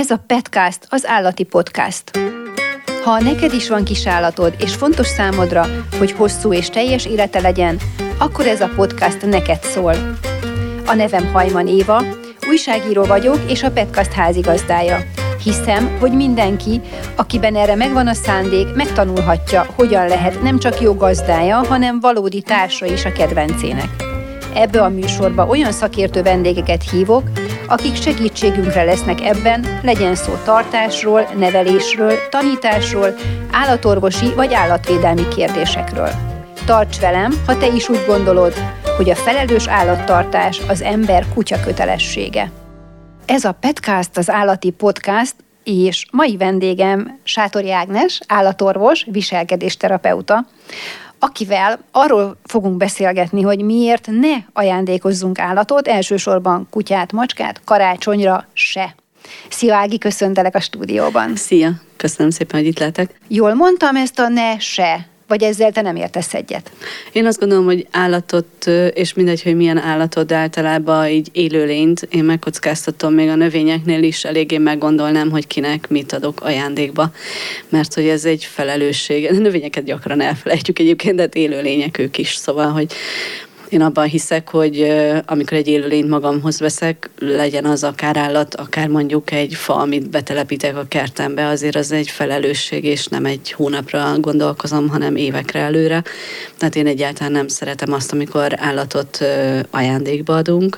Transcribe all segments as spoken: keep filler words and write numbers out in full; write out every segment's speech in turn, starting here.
Ez a Petcast, az állati podcast. Ha neked is van kis állatod, és fontos számodra, hogy hosszú és teljes élete legyen, akkor ez a podcast neked szól. A nevem Hajman Éva, újságíró vagyok, és a Petcast házigazdája. Hiszem, hogy mindenki, akiben erre megvan a szándék, megtanulhatja, hogyan lehet nem csak jó gazdája, hanem valódi társa is a kedvencének. Ebbe a műsorba olyan szakértő vendégeket hívok, akik segítségünkre lesznek ebben, legyen szó tartásról, nevelésről, tanításról, állatorvosi vagy állatvédelmi kérdésekről. Tarts velem, ha te is úgy gondolod, hogy a felelős állattartás az ember kutya kötelessége. Ez a Petcast, az állati podcast, és mai vendégem Sátori Ágnes, állatorvos, viselkedésterapeuta, akivel arról fogunk beszélgetni, hogy miért ne ajándékozzunk állatot, elsősorban kutyát, macskát, karácsonyra se. Szia Ági, köszöntelek a stúdióban. Szia, köszönöm szépen, hogy itt lehetek. Jól mondtam ezt a ne se, vagy ezzel te nem értesz egyet? Én azt gondolom, hogy állatot, és mindegy, hogy milyen állatod, általában így élőlényt, én megkockáztatom még a növényeknél is, eléggé meggondolnám, hogy kinek mit adok ajándékba, mert hogy ez egy felelősség. A növényeket gyakran elfelejtjük egyébként, de élőlények ők is, szóval, hogy én abban hiszek, hogy amikor egy élőlényt magamhoz veszek, legyen az akár állat, akár mondjuk egy fa, amit betelepítek a kertembe, azért az egy felelősség, és nem egy hónapra gondolkozom, hanem évekre előre. Tehát én egyáltalán nem szeretem azt, amikor állatot ajándékba adunk,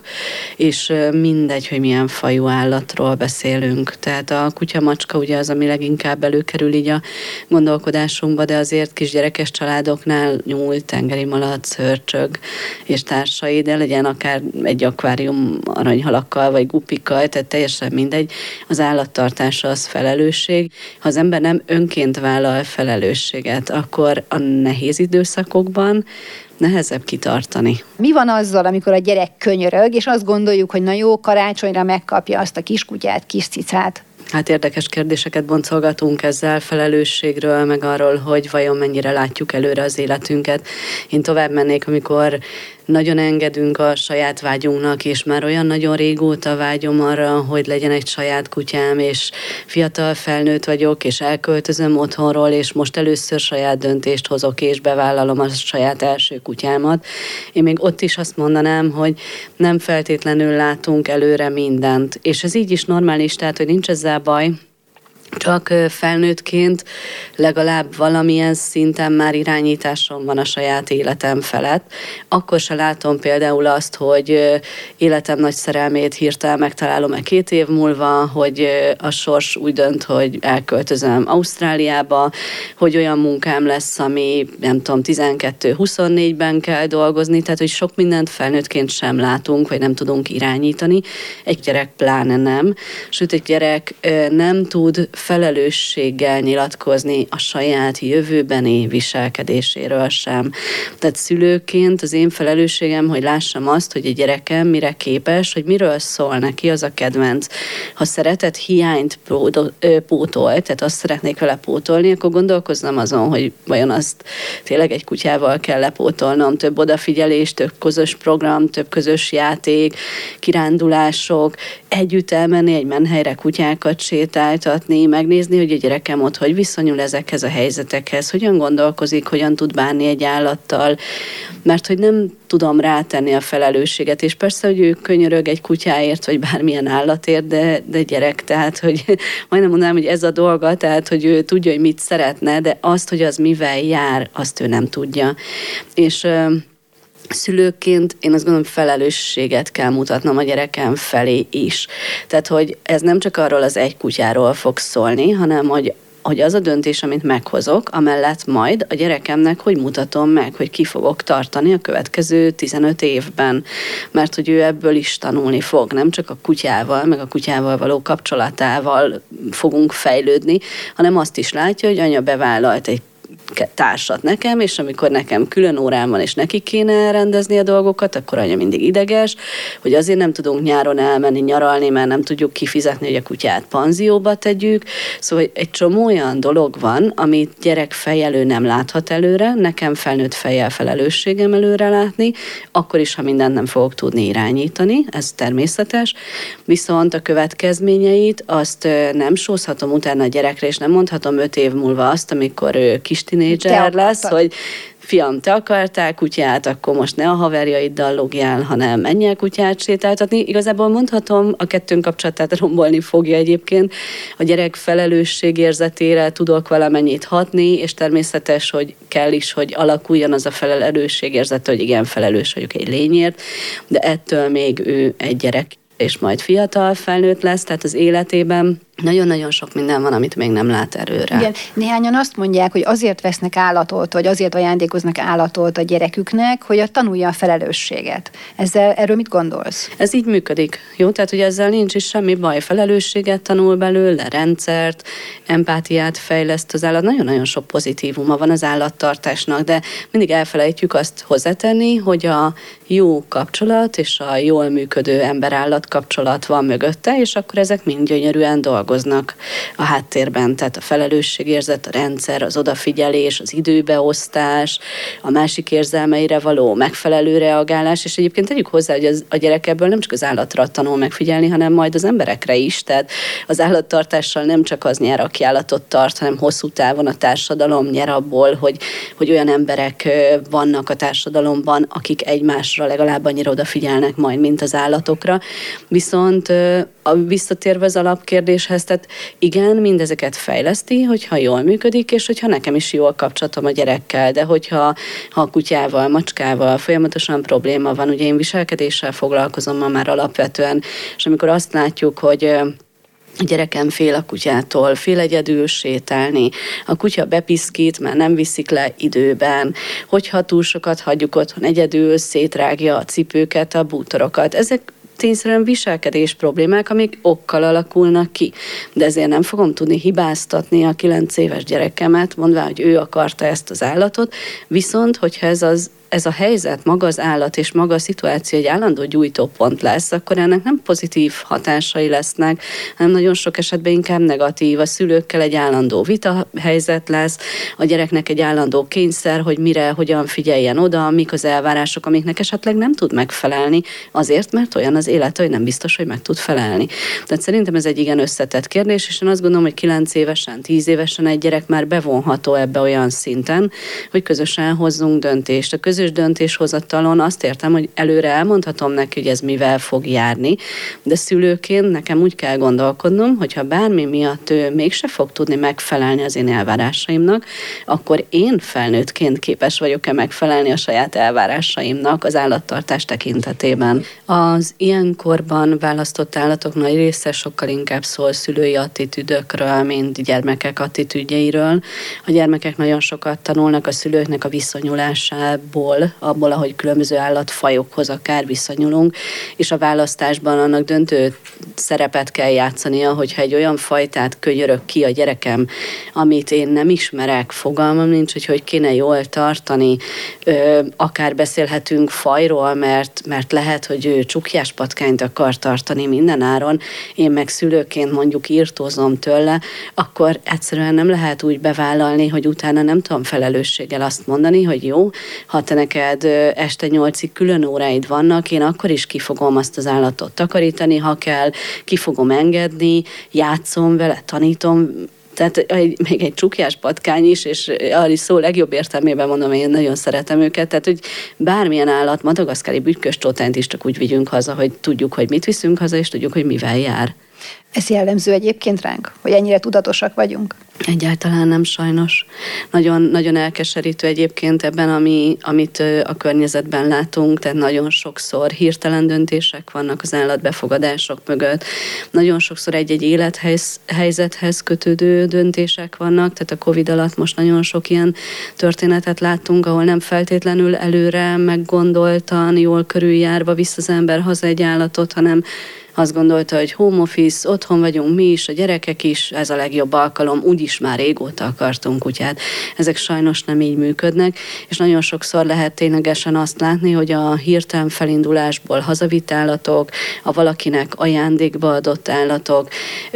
és mindegy, hogy milyen fajú állatról beszélünk. Tehát a kutya-macska ugye az, ami leginkább előkerül így a gondolkodásunkba, de azért kisgyerekes családoknál nyúl, tengeri malac, hörcsög, és társai, de legyen akár egy akvárium aranyhalakkal, vagy gupikkal, tehát teljesen mindegy. Az állattartása az felelősség. Ha az ember nem önként vállal felelősséget, akkor a nehéz időszakokban nehezebb kitartani. Mi van azzal, amikor a gyerek könyörög, és azt gondoljuk, hogy na jó, karácsonyra megkapja azt a kiskutyát, kis cicát? Hát érdekes kérdéseket boncolgatunk ezzel, felelősségről, meg arról, hogy vajon mennyire látjuk előre az életünket. Én tovább mennék, amikor nagyon engedünk a saját vágyunknak, és már olyan nagyon régóta vágyom arra, hogy legyen egy saját kutyám, és fiatal felnőtt vagyok, és elköltözöm otthonról, és most először saját döntést hozok, és bevállalom a saját első kutyámat. Én még ott is azt mondanám, hogy nem feltétlenül látunk előre mindent, és ez így is normális, tehát, hogy nincs ezzel baj, csak felnőttként legalább valamilyen szinten már irányításom van a saját életem felett. Akkor se látom például azt, hogy életem nagy szerelmét hirtelen megtalálom-e két év múlva, hogy a sors úgy dönt, hogy elköltözöm Ausztráliába, hogy olyan munkám lesz, ami nem tudom, tizenkettő-huszonnégyben kell dolgozni, tehát hogy sok mindent felnőttként sem látunk, vagy nem tudunk irányítani. Egy gyerek pláne nem, sőt egy gyerek nem tud felelősséggel nyilatkozni a saját jövőbeni viselkedéséről sem. Tehát szülőként az én felelősségem, hogy lássam azt, hogy a gyerekem mire képes, hogy miről szól neki az a kedvenc. Ha szeretet hiányt pótol, tehát azt szeretnék vele pótolni, akkor gondolkoznom azon, hogy vajon azt tényleg egy kutyával kell lepótolnom. Több odafigyelés, több közös program, több közös játék, kirándulások, együtt elmenni egy menhelyre kutyákat sétáltatni, megnézni, hogy a gyerekem ott hogy viszonyul ezekhez a helyzetekhez, hogyan gondolkozik, hogyan tud bánni egy állattal, mert hogy nem tudom rátenni a felelősséget, és persze, hogy ő könyörög egy kutyáért, vagy bármilyen állatért, de, de gyerek, tehát, hogy majdnem mondanám, hogy ez a dolga, tehát, hogy ő tudja, hogy mit szeretne, de azt, hogy az mivel jár, azt ő nem tudja. És szülőként én azt gondolom, felelősséget kell mutatnom a gyerekem felé is. Tehát, hogy ez nem csak arról az egy kutyáról fog szólni, hanem, hogy hogy az a döntés, amit meghozok, amellett majd a gyerekemnek hogy mutatom meg, hogy ki fogok tartani a következő tizenöt évben. Mert hogy ő ebből is tanulni fog, nem csak a kutyával, meg a kutyával való kapcsolatával fogunk fejlődni, hanem azt is látja, hogy anya bevállalt egy társat nekem, és amikor nekem külön órám van, és neki kéne rendezni a dolgokat, akkor anya mindig ideges, hogy azért nem tudunk nyáron elmenni nyaralni, mert nem tudjuk kifizetni, hogy a kutyát panzióba tegyük. Szóval egy csomó olyan dolog van, amit gyerek fejelő nem láthat előre, nekem felnőtt fejjel felelősségem előre látni, akkor is, ha mindent nem fogok tudni irányítani, ez természetes, viszont a következményeit azt nem sózhatom utána a gyerekre, és nem mondhatom öt év múlva azt, amikor ő kis tinédzser lesz, hogy fiam, te akartál kutyát, akkor most ne a haverjaiddal logjál, hanem menj el kutyát sétáltatni. Igazából mondhatom, a kettőnk kapcsolatát rombolni fogja egyébként. A gyerek felelősségérzetére tudok valamennyit hatni, és természetes, hogy kell is, hogy alakuljon az a felelősségérzet, hogy igen, felelős vagyok egy lényért, de ettől még ő egy gyerek, és majd fiatal felnőtt lesz, tehát az életében nagyon-nagyon sok minden van, amit még nem lát előre. Igen, néhányan azt mondják, hogy azért vesznek állatot, vagy azért ajándékoznak állatot a gyereküknek, hogy a tanulja a felelősséget. Ezzel, erről mit gondolsz? Ez így működik, jó? Tehát, hogy ezzel nincs is semmi baj. Felelősséget tanul belőle, rendszert, empátiát fejleszt az állat. Nagyon-nagyon sok pozitívuma van az állattartásnak, de mindig elfelejtjük azt hozzátenni, hogy a jó kapcsolat és a jól működő ember-állat kapcsolat van mögötte, és akkor ezek mind gyönyörűen dolgoznak a háttérben, tehát a felelősségérzet, a rendszer, az odafigyelés, az időbeosztás, a másik érzelmeire való megfelelő reagálás, és egyébként tegyük hozzá, hogy az, a gyerek ebből nem csak az állatra tanul megfigyelni, hanem majd az emberekre is, tehát az állattartással nem csak az nyer, aki állatot tart, hanem hosszú távon a társadalom nyer abból, hogy, hogy olyan emberek vannak a társadalomban, akik egymásra legalább annyira odafigyelnek majd, mint az állatokra. Viszont a, visszatérve az alapkérdéshez, tehát igen, mindezeket fejleszti, hogyha jól működik, és hogyha nekem is jól kapcsolatom a gyerekkel, de hogyha ha a kutyával, macskával folyamatosan probléma van, ugye én viselkedéssel foglalkozom ma már alapvetően, és amikor azt látjuk, hogy a gyerekem fél a kutyától, fél egyedül sétálni, a kutya bepiszkít, már nem viszik le időben, hogyha túl sokat hagyjuk otthon egyedül, szétrágja a cipőket, a bútorokat. Ezek tényszerűen viselkedés problémák, amik okkal alakulnak ki. De ezért nem fogom tudni hibáztatni a kilenc éves gyerekemet, mondván, hogy ő akarta ezt az állatot, viszont hogyha ez az ez a helyzet, maga az állat és maga a szituáció egy állandó gyújtópont lesz, akkor ennek nem pozitív hatásai lesznek, hanem nagyon sok esetben inkább negatív. A szülőkkel egy állandó vita helyzet lesz, a gyereknek egy állandó kényszer, hogy mire, hogyan figyeljen oda, mik az elvárások, amiknek esetleg nem tud megfelelni, azért, mert olyan az élet, hogy nem biztos, hogy meg tud felelni. Tehát szerintem ez egy igen összetett kérdés, és én azt gondolom, hogy kilenc évesen, tíz évesen egy gyerek már bevonható ebbe olyan szinten, hogy közösen hozzunk döntést. A közös döntéshozatalon azt értem, hogy előre elmondhatom neki, hogy ez mivel fog járni, de szülőként nekem úgy kell gondolkodnom, hogyha bármi miatt ő mégse fog tudni megfelelni az én elvárásaimnak, akkor én felnőttként képes vagyok-e megfelelni a saját elvárásaimnak az állattartás tekintetében. Az ilyenkorban választott állatok nagy része sokkal inkább szól szülői attitűdökről, mint gyermekek attitűdjeiről. A gyermekek nagyon sokat tanulnak a szülőknek a viszonyulásából, abból, ahogy különböző állatfajokhoz akár viszonyulunk, és a választásban annak döntő szerepet kell játszania, hogyha egy olyan fajtát könyörök ki a gyerekem, amit én nem ismerek, fogalmam nincs, hogy hogy kéne jól tartani, ö, akár beszélhetünk fajról, mert, mert lehet, hogy ő csukjás patkányt akar tartani mindenáron, én meg szülőként mondjuk írtózom tőle, akkor egyszerűen nem lehet úgy bevállalni, hogy utána nem tudom felelősséggel azt mondani, hogy jó, ha te neked este nyolcig külön óráid vannak, én akkor is ki fogom azt az állatot takarítani, ha kell, ki fogom engedni, játszom vele, tanítom, tehát egy, még egy csukjás patkány is, és arra szó legjobb értelmében mondom, én nagyon szeretem őket, tehát hogy bármilyen állat, madagaszkári bütyköstótányt is csak úgy vigyünk haza, hogy tudjuk, hogy mit viszünk haza, és tudjuk, hogy mivel jár. Ez jellemző egyébként ránk, hogy ennyire tudatosak vagyunk? Egyáltalán nem, sajnos. Nagyon, nagyon elkeserítő egyébként ebben, ami, amit a környezetben látunk, tehát nagyon sokszor hirtelen döntések vannak az állatbefogadások mögött. Nagyon sokszor egy-egy élethelyzethez kötődő döntések vannak, tehát a Covid alatt most nagyon sok ilyen történetet láttunk, ahol nem feltétlenül előre meggondoltan, jól körüljárva visz az ember haza egy állatot, hanem azt gondolta, hogy home office, otthon vagyunk mi is, a gyerekek is, ez a legjobb alkalom, úgyis már régóta akartunk kutyát. Ezek sajnos nem így működnek, és nagyon sokszor lehet ténylegesen azt látni, hogy a hirtelen felindulásból hazavitt állatok, a valakinek ajándékba adott állatok,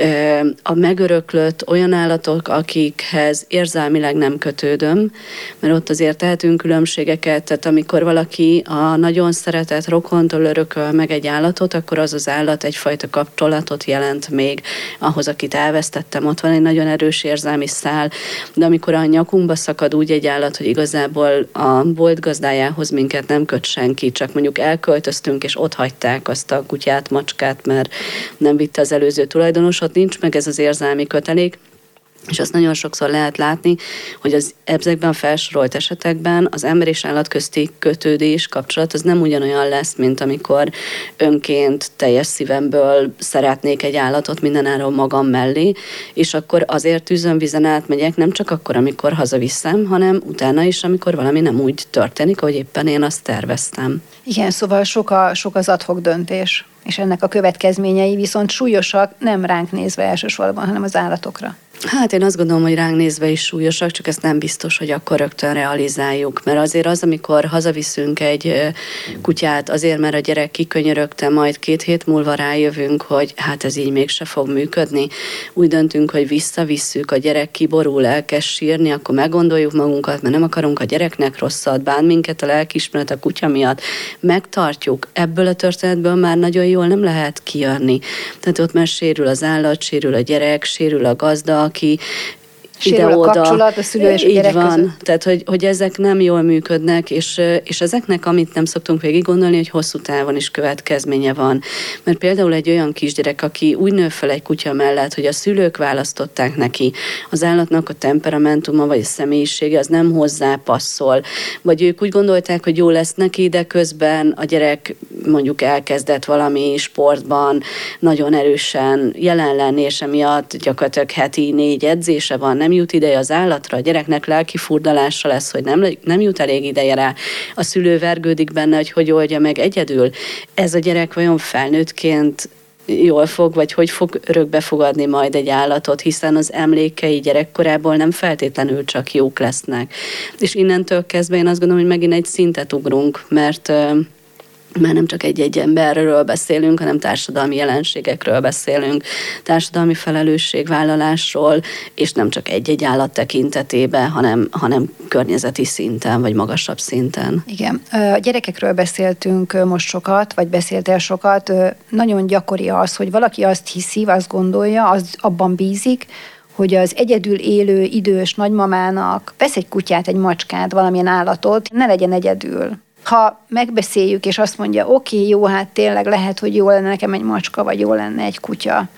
a megöröklött olyan állatok, akikhez érzelmileg nem kötődöm, mert ott azért tehetünk különbségeket, tehát amikor valaki a nagyon szeretett rokontól örököl meg egy állatot, akkor az az állat egyfajta kapcsolatot jelent még ahhoz, akit elvesztettem. Ott van egy nagyon erős érzelmi szál, de amikor a nyakunkba szakad úgy egy állat, hogy igazából a bolt gazdájához minket nem köt senki, csak mondjuk elköltöztünk, és ott hagyták azt a kutyát, macskát, mert nem vitte az előző tulajdonos, ott nincs meg ez az érzelmi kötelék, és azt nagyon sokszor lehet látni, hogy az ezekben a felsorolt esetekben az ember és állat közti kötődés, kapcsolat az nem ugyanolyan lesz, mint amikor önként teljes szívemből szeretnék egy állatot mindenáron magam mellé, és akkor azért tűzön vízen átmegyek, nem csak akkor, amikor hazaviszem, hanem utána is, amikor valami nem úgy történik, ahogy éppen én azt terveztem. Igen, szóval sok, a, sok az ad hoc döntés, és ennek a következményei viszont súlyosak, nem ránk nézve elsősorban, hanem az állatokra. Hát én azt gondolom, hogy ránk nézve is súlyosak, csak ezt nem biztos, hogy akkor rögtön realizáljuk. Mert azért az, amikor hazaviszünk egy kutyát, azért, mert a gyerek kikönyörögte, majd két hét múlva rájövünk, hogy hát ez így mégse fog működni. Úgy döntünk, hogy visszavisszük, a gyerek kiborul, elkezd sírni, akkor meggondoljuk magunkat, mert nem akarunk a gyereknek rosszat, bán minket a lelkiismeret a kutya miatt. Megtartjuk. Ebből a történetből már nagyon jól nem lehet kijönni. Tehát ott már sérül az állat, sérül a gyerek, sérül a gazda, aki sérül a kapcsolat a szülő és a gyerek van. között. Tehát, hogy, hogy ezek nem jól működnek, és, és ezeknek, amit nem szoktunk végig gondolni, hogy hosszú távon is következménye van. Mert például egy olyan kisgyerek, aki úgy nő fel egy kutya mellett, hogy a szülők választották neki, az állatnak a temperamentuma vagy a személyisége az nem hozzá passzol, vagy ők úgy gondolták, hogy jó lesz neki, de közben a gyerek mondjuk elkezdett valami sportban nagyon erősen jelen lenni, és emiatt gyakorlatilag heti négy edzése van, nem jut ideje az állatra, a gyereknek lelki furdalása lesz, hogy nem, nem jut elég ideje rá, a szülő vergődik benne, hogy hogy oldja meg egyedül. Ez a gyerek vajon felnőttként jól fog, vagy hogy fog örökbe fogadni majd egy állatot, hiszen az emlékei gyerekkorából nem feltétlenül csak jók lesznek. És innentől kezdve én azt gondolom, hogy megint egy szintet ugrunk, mert már nem csak egy-egy emberről beszélünk, hanem társadalmi jelenségekről beszélünk, társadalmi felelősségvállalásról, és nem csak egy-egy állat tekintetében, hanem, hanem környezeti szinten, vagy magasabb szinten. Igen. A gyerekekről beszéltünk most sokat, vagy beszéltél sokat. Nagyon gyakori az, hogy valaki azt hiszi, azt gondolja, az abban bízik, hogy az egyedül élő idős nagymamának vesz egy kutyát, egy macskát, valamilyen állatot, ne legyen egyedül. Ha megbeszéljük, és azt mondja, oké, okay, jó, hát tényleg lehet, hogy jó lenne nekem egy macska, vagy jó lenne egy kutya.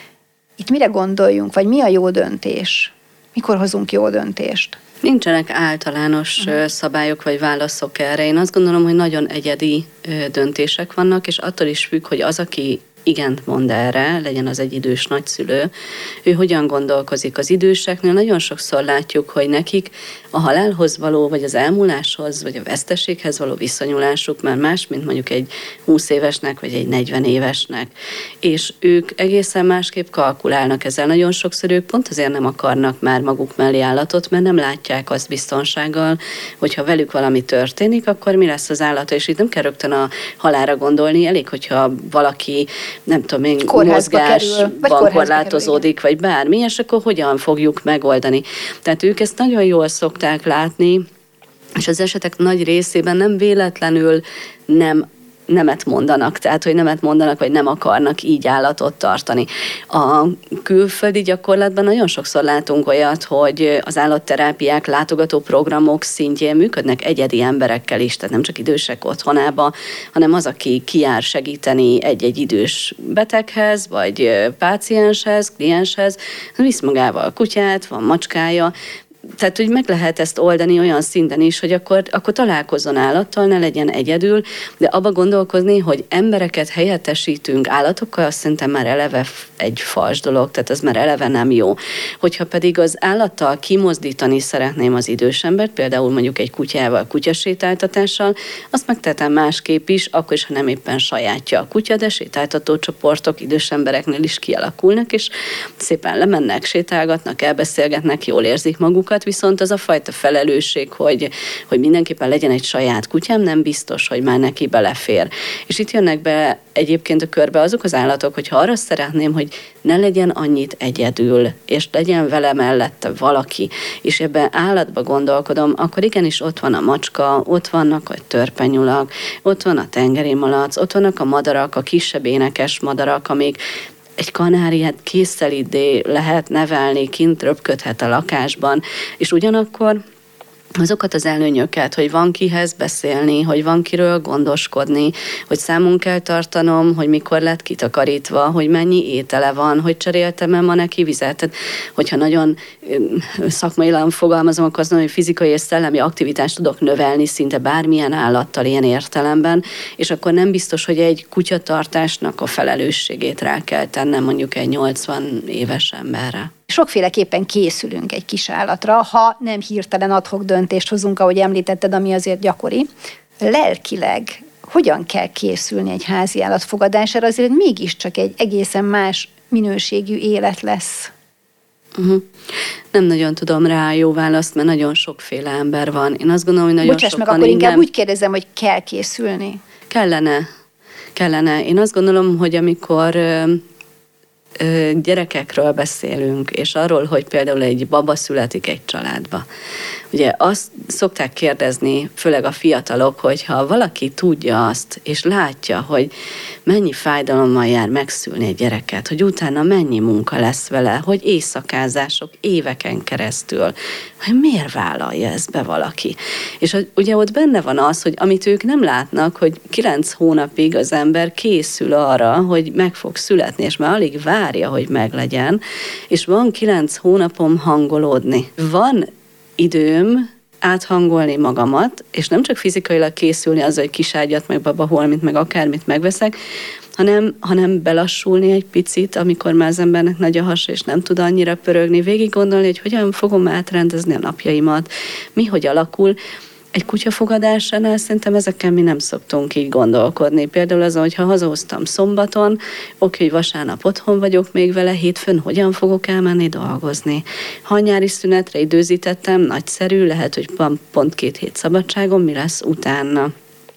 Itt mire gondoljunk, vagy mi a jó döntés? Mikor hozunk jó döntést? Nincsenek általános uh-huh. szabályok vagy válaszok erre. Én azt gondolom, hogy nagyon egyedi döntések vannak, és attól is függ, hogy az, aki igent mond erre, legyen az egy idős nagyszülő, ő hogyan gondolkozik. Az időseknél nagyon sokszor látjuk, hogy nekik a halálhoz való, vagy az elmúláshoz, vagy a veszteséghez való viszonyulásuk már más, mint mondjuk egy húsz évesnek, vagy egy negyven évesnek. És ők egészen másképp kalkulálnak ezzel. Nagyon sokszor ők pont azért nem akarnak már maguk mellé állatot, mert nem látják azt biztonsággal, hogyha velük valami történik, akkor mi lesz az állata, és itt nem kell rögtön a halálra gondolni, elég, hogyha valaki nem tudom én, mozgásban korlátozódik, vagy bármi, és akkor hogyan fogjuk megoldani. Tehát ők ezt nagyon jól szokták látni, és az esetek nagy részében nem véletlenül nem nemet mondanak, tehát hogy nemet mondanak, vagy nem akarnak így állatot tartani. A külföldi gyakorlatban nagyon sokszor látunk olyat, hogy az állatterápiák, látogató programok szintjén működnek egyedi emberekkel is, tehát nem csak idősek otthonába, hanem az, aki kijár segíteni egy-egy idős beteghez, vagy pácienshez, klienshez, visz magával a kutyát, van macskája, tehát, hogy meg lehet ezt oldani olyan szinten is, hogy akkor, akkor találkozzon állattal, ne legyen egyedül, de abba gondolkozni, hogy embereket helyettesítünk állatokkal, azt szerintem már eleve egy fals dolog, tehát az már eleve nem jó. Hogyha pedig az állattal kimozdítani szeretném az idős embert, például mondjuk egy kutyával, kutyasétáltatással, azt megtehetem másképp is, akkor is, ha nem éppen sajátja a kutya, de sétáltató csoportok idős embereknél is kialakulnak, és szépen lemennek, sétálgatnak, elbeszélgetnek, jól érzik magukat, viszont az a fajta felelősség, hogy, hogy mindenképpen legyen egy saját kutyám, nem biztos, hogy már neki belefér. És itt jönnek be egyébként a körbe azok az állatok, hogyha arra szeretném, hogy ne legyen annyit egyedül, és legyen vele mellette valaki, és ebben állatba gondolkodom, akkor igenis ott van a macska, ott vannak a törpenyulak, ott van a tengeri malac, ott vannak a madarak, a kisebb énekes madarak, amik egy kanáriát készelidé lehet nevelni, kint röpködhet a lakásban, és ugyanakkor azokat az előnyöket, hogy van kihez beszélni, hogy van kiről gondoskodni, hogy számon kell tartanom, hogy mikor lett kitakarítva, hogy mennyi étele van, hogy cseréltem-e ma neki vizet. Tehát, hogyha nagyon szakmailag fogalmazom, akkor azt mondom, hogy fizikai és szellemi aktivitást tudok növelni szinte bármilyen állattal ilyen értelemben, és akkor nem biztos, hogy egy kutyatartásnak a felelősségét rá kell tennem mondjuk egy nyolcvan éves emberre. Sokféleképpen készülünk egy kis állatra, ha nem hirtelen ad-hoc döntést hozunk, ahogy említetted, ami azért gyakori. Lelkileg hogyan kell készülni egy házi állat fogadására, azért mégiscsak egy egészen más minőségű élet lesz. Uh-huh. Nem nagyon tudom rá jó választ, mert nagyon sokféle ember van. Én azt gondolom, hogy nagyon Bocsáss sokan meg, akkor inkább nem... úgy kérdezem, hogy kell készülni. Kellene. Kellene. Én azt gondolom, hogy amikor gyerekekről beszélünk, és arról, hogy például egy baba születik egy családba. Ugye azt szokták kérdezni, főleg a fiatalok, hogyha valaki tudja azt, és látja, hogy mennyi fájdalommal jár megszülni egy gyereket, hogy utána mennyi munka lesz vele, hogy éjszakázások éveken keresztül, hogy miért vállalja ezt be valaki. És ugye ott benne van az, hogy amit ők nem látnak, hogy kilenc hónapig az ember készül arra, hogy meg fog születni, és már alig várja, hogy meglegyen, és van kilenc hónapom hangolódni. Van időm áthangolni magamat, és nem csak fizikailag készülni azzal, hogy kiságyat, meg babaholmit, meg akármit megveszek, hanem, hanem belassulni egy picit, amikor már az embernek nagy a hasa, és nem tud annyira pörögni, végig gondolni, hogy hogyan fogom átrendezni a napjaimat, mi hogy alakul. Egy kutyafogadásánál szerintem ezeken mi nem szoktunk így gondolkodni. Például azon, hogyha hazahoztam szombaton, oké, hogy vasárnap otthon vagyok még vele, hétfőn hogyan fogok elmenni dolgozni. Ha nyári szünetre időzítettem, nagyszerű, lehet, hogy van pont két hét szabadságom, mi lesz utána.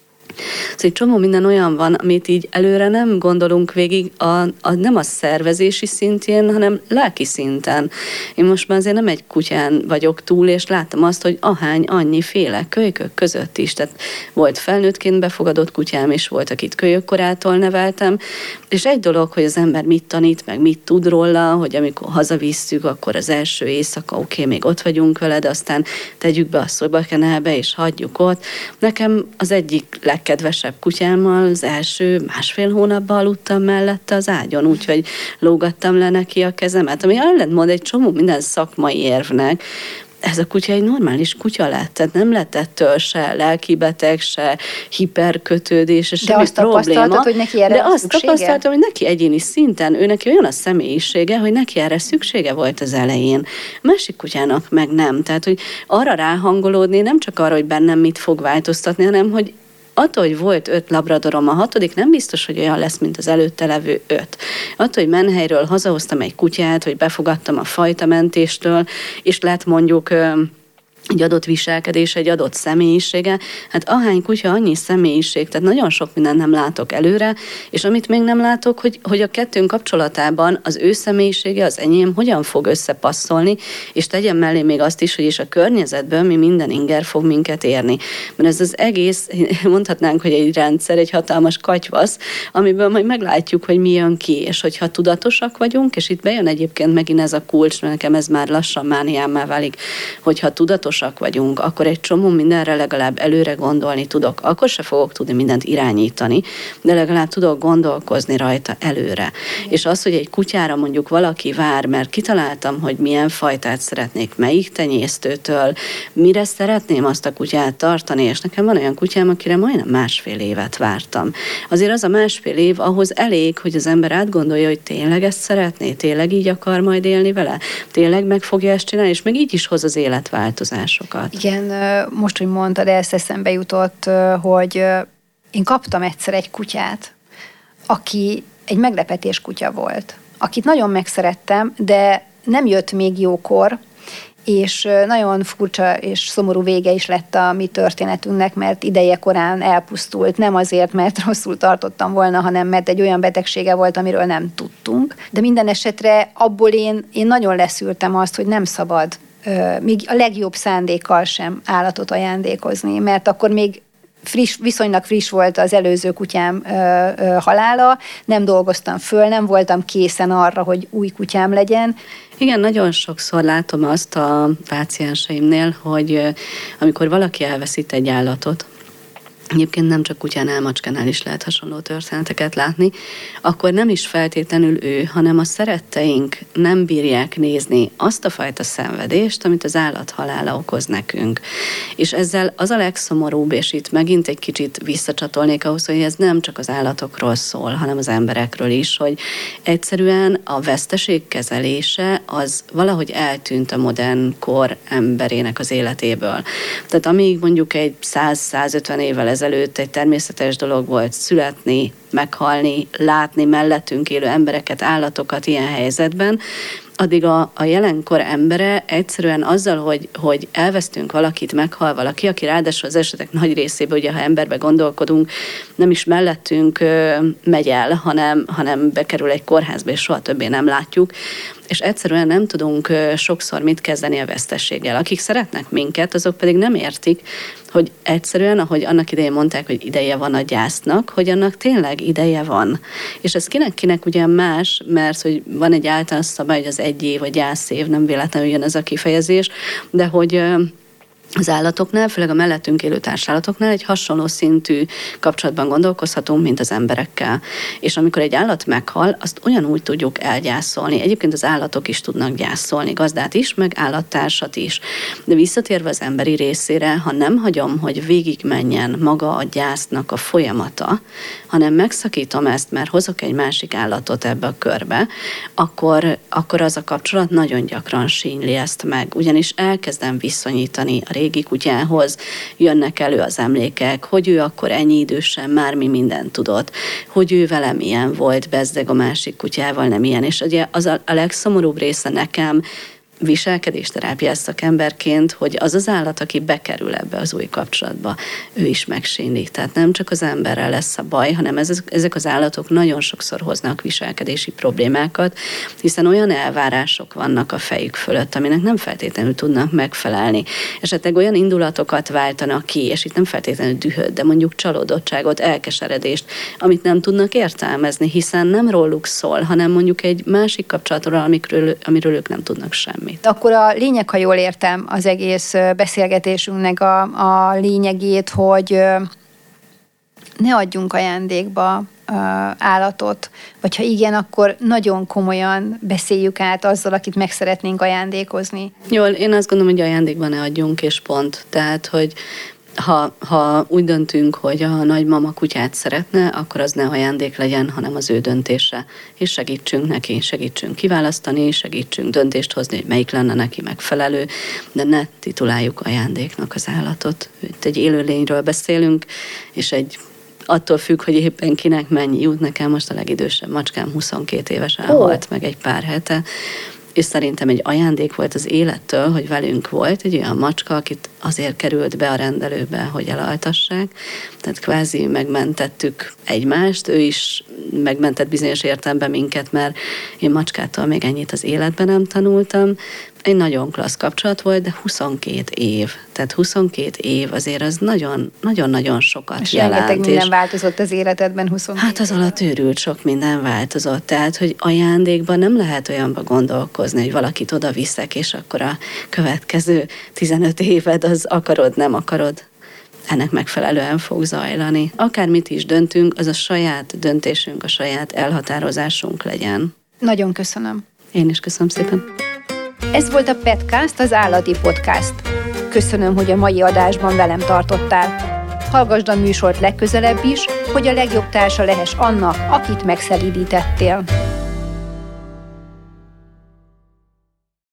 Szóval egy csomó minden olyan van, amit így előre nem gondolunk végig, a, a, nem a szervezési szintjén, hanem lelki szinten. Én most már azért nem egy kutyán vagyok túl, és láttam azt, hogy ahány annyi féle kölykök között is. Tehát volt felnőttként befogadott kutyám, és volt, akit kölyökkorától neveltem, és egy dolog, hogy az ember mit tanít, meg mit tud róla, hogy amikor hazavisszük, akkor az első éjszaka, oké, még ott vagyunk vele, de aztán tegyük be a szobakenelbe, és hagyjuk ott. Nekem az egyik legkedvesebb kutyámmal az első másfél hónapban aludtam mellette az ágyon, úgyhogy lógattam le neki a kezemet, ami ellentmond egy csomó minden szakmai érvnek. Ez a kutya egy normális kutya lett, tehát nem lett ettől se lelkibeteg, se hiperkötődés, se de azt probléma. Hogy neki erre de azt szüksége? tapasztaltam, hogy neki egyéni szinten, ő neki olyan a személyisége, hogy neki erre szüksége volt az elején. A másik kutyának meg nem. Tehát, hogy arra ráhangolódni, nem csak arra, hogy bennem mit fog változtatni, hanem, hogy attól, hogy volt öt labradorom, a hatodik nem biztos, hogy olyan lesz, mint az előtte levő öt. Attól, hogy menhelyről hazahoztam egy kutyát, hogy befogadtam a fajtamentéstől, és lett mondjuk egy adott viselkedés, egy adott személyisége. Hát ahány kutya, annyi személyiség, tehát nagyon sok mindent nem látok előre, és amit még nem látok, hogy, hogy a kettőnk kapcsolatában az ő személyisége, az enyém hogyan fog összepasszolni, és tegyen mellé még azt is, hogy és a környezetből mi minden inger fog minket érni. Mert ez az egész, mondhatnánk, hogy egy rendszer, egy hatalmas katyvasz, amiből majd meglátjuk, hogy mi jön ki, és hogyha tudatosak vagyunk, és itt bejön egyébként megint ez a kulcs, mert nekem ez már lassan mániámmá válik, hogyha tudatos tudatosak vagyunk, akkor egy csomó mindenre legalább előre gondolni tudok. Akkor se fogok tudni mindent irányítani, de legalább tudok gondolkozni rajta előre. Igen. És az, hogy egy kutyára mondjuk valaki vár, mert kitaláltam, hogy milyen fajtát szeretnék, melyik tenyésztőtől, mire szeretném azt a kutyát tartani, és nekem van olyan kutyám, akire majdnem másfél évet vártam. Azért az a másfél év ahhoz elég, hogy az ember átgondolja, hogy tényleg ezt szeretné, tényleg így akar majd élni vele, tényleg meg fogja ezt csinálni, és meg így is hoz az életváltozásokat. Igen, most, hogy mondtad, ezt eszembe jutott, hogy én kaptam egyszer egy kutyát, aki egy meglepetés kutya volt, akit nagyon megszerettem, de nem jött még jókor, és nagyon furcsa és szomorú vége is lett a mi történetünknek, mert ideje korán elpusztult, nem azért, mert rosszul tartottam volna, hanem mert egy olyan betegsége volt, amiről nem tudtunk. De minden esetre abból én, én nagyon leszűrtem azt, hogy nem szabad még a legjobb szándékkal sem állatot ajándékozni, mert akkor még friss, viszonylag friss volt az előző kutyám ö, ö, halála, nem dolgoztam föl, nem voltam készen arra, hogy új kutyám legyen. Igen, nagyon sokszor látom azt a pácienseimnél, hogy amikor valaki elveszít egy állatot, egyébként nem csak kutyánál, macskánál is lehet hasonló történeteket látni, akkor nem is feltétlenül ő, hanem a szeretteink nem bírják nézni azt a fajta szenvedést, amit az állat halála okoz nekünk. És ezzel az a legszomorúbb, és itt megint egy kicsit visszacsatolnék ahhoz, hogy ez nem csak az állatokról szól, hanem az emberekről is, hogy egyszerűen a veszteség kezelése az valahogy eltűnt a modern kor emberének az életéből. Tehát amíg mondjuk egy száz-százötven évvel ezelőtt egy természetes dolog volt születni, meghalni, látni mellettünk élő embereket, állatokat ilyen helyzetben, addig a, a jelenkor embere egyszerűen azzal, hogy, hogy elvesztünk valakit, meghal valaki, aki ráadásul az esetek nagy részében, ugye ha emberbe gondolkodunk, nem is mellettünk ö, megy el, hanem, hanem bekerül egy kórházba, és soha többé nem látjuk, és egyszerűen nem tudunk ö, sokszor mit kezdeni a vesztességgel. Akik szeretnek minket, azok pedig nem értik, hogy egyszerűen, ahogy annak idején mondták, hogy ideje van a gyásznak, hogy annak tényleg ideje van. És ez kinek-kinek ugyan más, mert hogy van egy általános szabály, hogy az egy év a gyászév, nem véletlenül jön ez a kifejezés, de hogy az állatoknál, főleg a mellettünk élő társállatoknál egy hasonló szintű kapcsolatban gondolkozhatunk, mint az emberekkel. És amikor egy állat meghal, azt ugyanúgy tudjuk elgyászolni. Egyébként az állatok is tudnak gyászolni, gazdát is, meg állattársat is. De visszatérve az emberi részére, ha nem hagyom, hogy végigmenjen maga a gyásznak a folyamata, hanem megszakítom ezt, mert hozok egy másik állatot ebbe a körbe, akkor, akkor az a kapcsolat nagyon gyakran sínyli ezt meg. Ugyanis elkezdem viszonyítani a régi kutyához, jönnek elő az emlékek, hogy ő akkor ennyi idősen már mi mindent tudott, hogy ő vele milyen volt, bezdeg a másik kutyával nem ilyen. És ugye az a, a legszomorúbb része nekem, viselkedésterápiás szakemberként, hogy az az állat, aki bekerül ebbe az új kapcsolatba, ő is megsínlik. Tehát nem csak az emberrel lesz a baj, hanem ez, ezek az állatok nagyon sokszor hoznak viselkedési problémákat, hiszen olyan elvárások vannak a fejük fölött, aminek nem feltétlenül tudnak megfelelni. Esetleg olyan indulatokat váltanak ki, és itt nem feltétlenül dühöt, de mondjuk csalódottságot, elkeseredést, amit nem tudnak értelmezni, hiszen nem róluk szól, hanem mondjuk egy másik kapcsolatról, amiről, amiről ők nem tudnak semmi. Akkor a lényeg, ha jól értem az egész beszélgetésünknek a, a lényegét, hogy ne adjunk ajándékba állatot, vagy ha igen, akkor nagyon komolyan beszéljük át azzal, akit meg szeretnénk ajándékozni. Jól, én azt gondolom, hogy ajándékban ne adjunk, és pont. Tehát, hogy Ha, ha úgy döntünk, hogy a nagymama kutyát szeretne, akkor az ne ajándék legyen, hanem az ő döntése. És segítsünk neki, segítsünk kiválasztani, segítsünk döntést hozni, hogy melyik lenne neki megfelelő, de ne tituláljuk ajándéknak az állatot. Itt egy élőlényről beszélünk, és egy attól függ, hogy éppen kinek mennyi jut. Nekem most a legidősebb macskám huszonkét évesen halt oh. meg egy pár hete, és szerintem egy ajándék volt az élettől, hogy velünk volt egy olyan macska, akit azért került be a rendelőbe, hogy elaltassák. Tehát kvázi megmentettük egymást, ő is megmentett bizonyos értelemben minket, mert én macskától még ennyit az életben nem tanultam. egy nagyon klassz kapcsolat volt, de huszonkét év. Tehát huszonkét év azért az nagyon, nagyon-nagyon sokat és jelent. rengeteg minden változott az életedben huszonkét Hát az alatt őrült sok minden változott. Tehát, hogy ajándékban nem lehet olyanba gondolkozni, hogy valakit oda viszek, és akkor a következő tizenöt éved az akarod, nem akarod. Ennek megfelelően fog zajlani. Akármit is döntünk, az a saját döntésünk, a saját elhatározásunk legyen. Nagyon köszönöm. Én is köszönöm szépen. Ez volt a Petcast, az állati podcast. Köszönöm, hogy a mai adásban velem tartottál. Hallgasd a műsort legközelebb is, hogy a legjobb társa lehess annak, akit megszelídítettél.